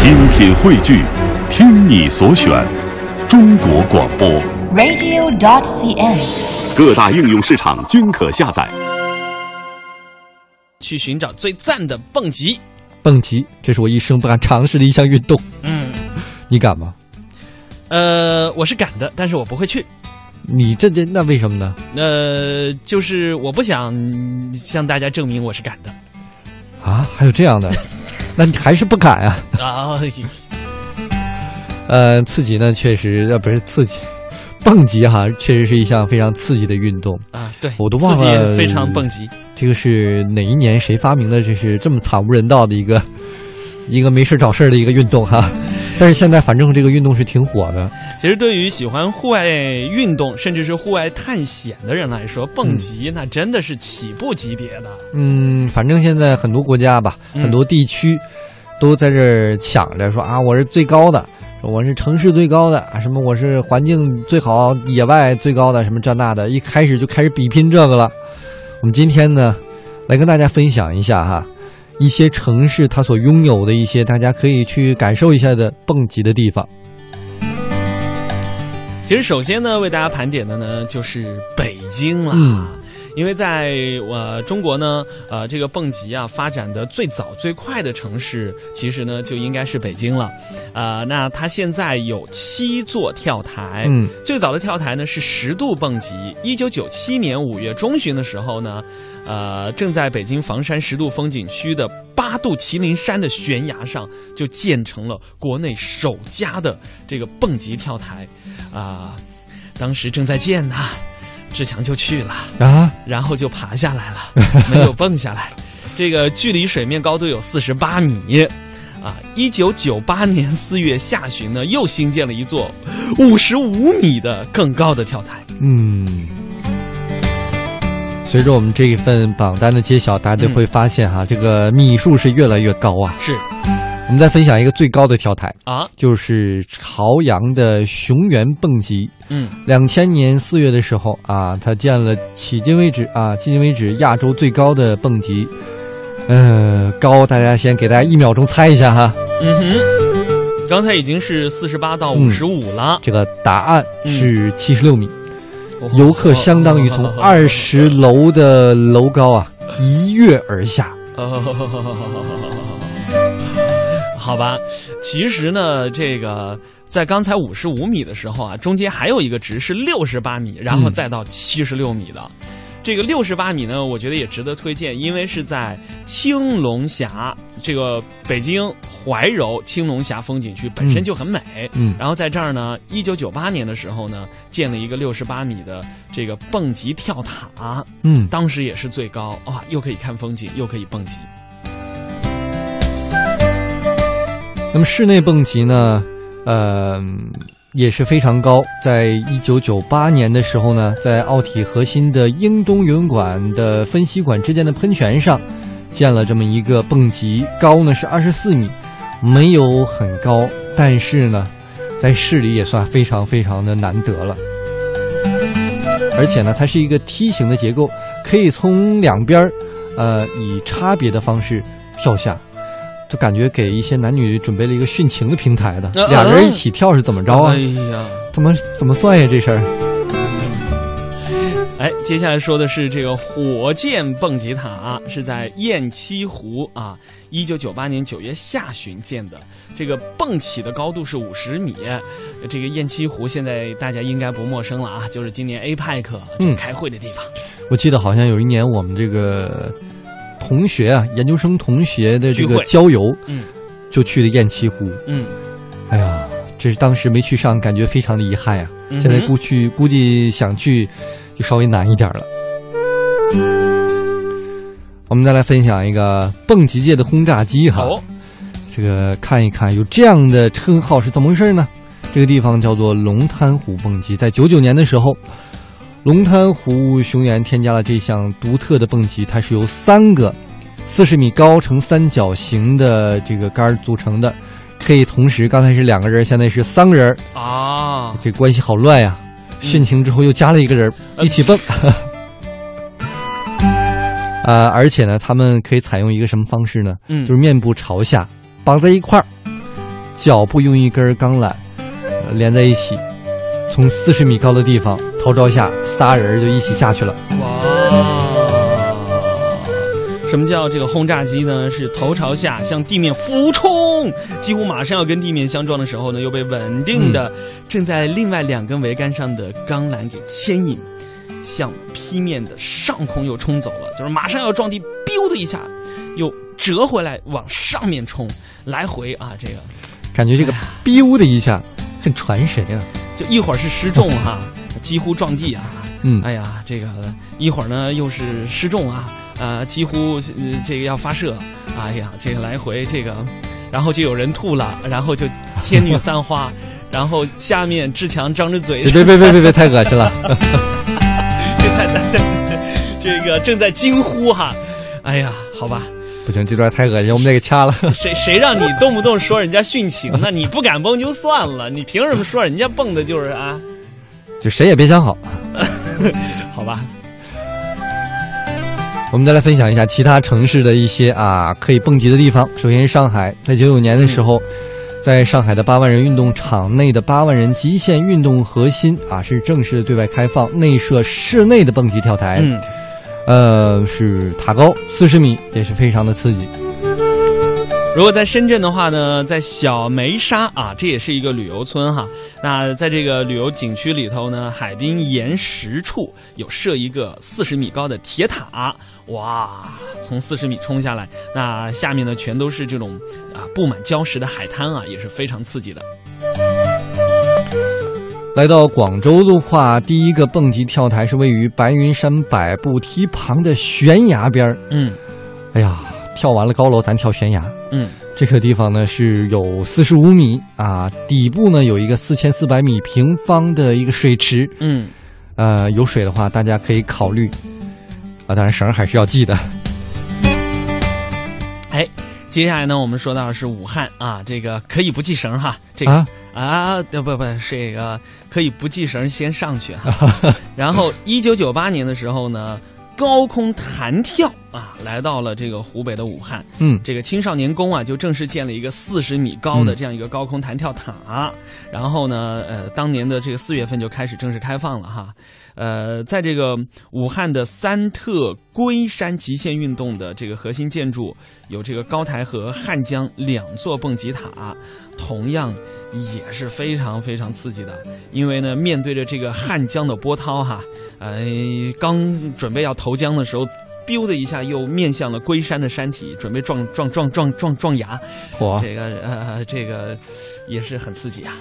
精品汇聚，听你所选，中国广播 radio.cn， 各大应用市场均可下载。 去寻找最赞的蹦极。 蹦极，这是我一生不敢尝试的一项运动。你敢吗？ 我是敢的，但是我不会去。 你那为什么呢？ 就是我不想向大家证明我是敢的。 啊，还有这样的？那你还是不敢啊？刺激呢，确实不是刺激，蹦极哈，确实是一项非常刺激的运动啊。对， 我都忘了， 非常蹦极。 这个是哪一年谁发明的？这是这么惨无人道的一个没事找事的一个运动哈。但是现在反正这个运动是挺火的。 其实对于喜欢户外运动甚至是户外探险的人来说，蹦极那真的是起步级别的。 反正现在很多国家吧，很多地区都在这儿抢着说啊，我是最高的，我是城市最高的啊，什么我是环境最好、野外最高的，什么这那的，一开始就开始比拼这个了。我们今天呢，来跟大家分享一下哈。一些城市它所拥有的一些大家可以去感受一下的蹦极的地方。 其实首先呢，为大家盘点的呢就是北京了。因为在中国呢，这个蹦极啊发展的最早最快的城市，其实呢就应该是北京了。那它现在有7座跳台。最早的跳台呢是10度蹦极。1997年5月中旬的时候呢，正在北京房山10度风景区的8度麒麟山的悬崖上，就建成了国内首家的这个蹦极跳台。当时正在建呢。志强就去了啊，然后就爬下来了，没有蹦下来。这个距离水面高度有48米，1998年4月下旬呢，又新建了一座55米的更高的跳台。 随着我们这一份榜单的揭晓，大家就会发现哈，这个米数是越来越高啊。 是。 我们再分享一个最高的跳台啊， 就是朝阳的熊原蹦极。2000年4月的时候啊，它建了迄今为止亚洲最高的蹦极。高，大家先给大家1秒钟猜一下哈。 刚才已经是48到55了。 这个答案是76米。游客相当于从20楼的楼高啊一跃而下。 好吧，其实呢，这个在刚才55米的时候啊，中间还有一个值是68米，然后再到76米的。这个68米呢，我觉得也值得推荐，因为是在青龙峡，这个北京怀柔青龙峡风景区本身就很美。然后在这儿呢，1998年的时候呢，建了一个68米的这个蹦极跳塔。当时也是最高啊，又可以看风景，又可以蹦极。 那么室内蹦极呢，也是非常高。在1998年的时候呢，在奥体核心的英东游泳馆的分析馆之间的喷泉上，建了这么一个蹦极，高呢是24米，没有很高，但是呢，在市里也算非常非常的难得了。而且呢，它是一个梯形的结构，可以从两边以差别的方式跳下。就感觉给一些男女准备了一个殉情的平台的，俩人一起跳是怎么着啊？ 哎呀， 怎么算呀这事儿？ 接下来说的是这个火箭蹦极塔，是在雁栖湖啊，1998年9月下旬建的。这个蹦起的高度是50米。这个雁栖湖现在大家应该不陌生了啊，就是今年 APEC 开会的地方。 我记得好像有一年我们这个同学啊，研究生同学的这个郊游，就去了雁栖湖。哎呀，这是当时没去上，感觉非常的遗憾呀。现在估计想去就稍微难一点了。我们再来分享一个蹦极界的轰炸机哈。这个看一看有这样的称号是怎么回事呢？这个地方叫做龙滩湖蹦极，在99年的时候，龙滩湖熊原添加了这项独特的蹦极，它是由3个40米高呈三角形的这个杆组成的，可以同时，刚才是2个人，现在是3个人啊，这关系好乱呀。殉情之后又加了1个人一起蹦。而且呢，他们可以采用一个什么方式呢？就是面部朝下绑在一块儿， 脚部用一根钢缆连在一起，从40米高的地方头朝下仨人就一起下去了。 哇！什么叫这个轰炸机呢？是头朝下向地面俯冲，几乎马上要跟地面相撞的时候呢，又被稳定的正在另外2根桅杆上的钢缆给牵引，向劈面的上空又冲走了，就是马上要撞地，biu的一下又折回来往上面冲，来回啊，这个感觉这个 biu 的一下很传神啊， 就一会儿是失重哈，几乎撞地啊，哎呀，这个一会儿呢又是失重啊。几乎这个要发射，哎呀，这个来回这个，然后就有人吐了，然后就天女散花，然后下面志强张着嘴， 别，太恶心了， 这个正在惊呼哈，哎呀，好吧， 不行，这段太恶心，我们得给掐了。 谁让你动不动说人家殉情呢？你不敢蹦就算了，你凭什么说人家蹦的就是啊？ 就谁也别想好， 好吧。 我们再来分享一下其他城市的一些可以蹦极的地方。首先是上海，在1999年的时候，在上海的8万人运动场内的8万人极限运动核心是正式对外开放，内设室内的蹦极跳台，是塔高40米，也是非常的刺激。 如果在深圳的话呢，在小梅沙这也是一个旅游村哈。那在这个旅游景区里头呢，海滨岩石处有设一个40米高的铁塔，哇，从40米冲下来，那下面呢全都是这种布满礁石的海滩也是非常刺激的。 来到广州的话，第一个蹦极跳台是位于白云山百步堤旁的悬崖边。哎呀，跳完了高楼，咱跳悬崖。这个地方呢是有45米底部呢有一个4400米平方的一个水池。有水的话，大家可以考虑当然绳还是要系的。 接下来呢，我们说到的是武汉这个可以不系绳哈，这个不是这个可以不系绳先上去哈。然后1998年的时候呢，高空弹跳来到了这个湖北的武汉。这个青少年宫就正式建了一个40米高的这样一个高空弹跳塔。然后呢，当年的这个4月份就开始正式开放了哈。在这个武汉的三特龟山极限运动的这个核心建筑有这个高台和汉江2座蹦极塔，同样也是非常非常刺激的。因为呢，面对着这个汉江的波涛哈，刚准备要投江的时候，biu的一下又面向了龟山的山体，准备撞崖。这个也是很刺激啊。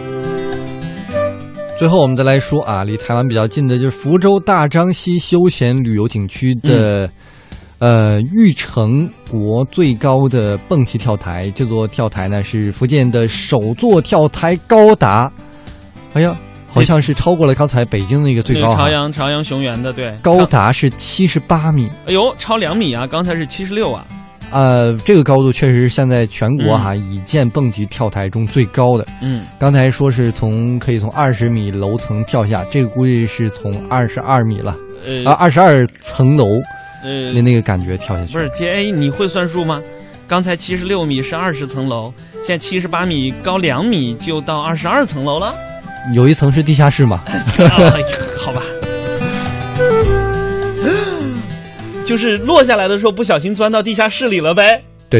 最后我们再来说离台湾比较近的就是福州大漳溪休闲旅游景区的玉成国最高的蹦极跳台。这座跳台呢是福建的首座跳台，高达好像是超过了刚才北京的那个最高朝阳雄园的，对， 高达是78米。 哎呦，超2米刚才是76 这个高度确实是现在全国已建蹦极跳台中最高的。刚才说是可以从20米楼层跳下，这个估计是从22米了，22层楼那个感觉跳下去。 不是你会算数吗？刚才76米是20层楼，现在78米高2米就到22层楼了。 有一层是地下室嘛？ 好吧。就是落下来的时候不小心钻到地下室里了呗。 对。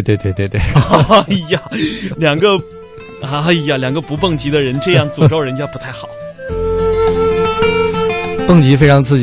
两个不蹦极的人这样诅咒人家不太好。 蹦极非常刺激。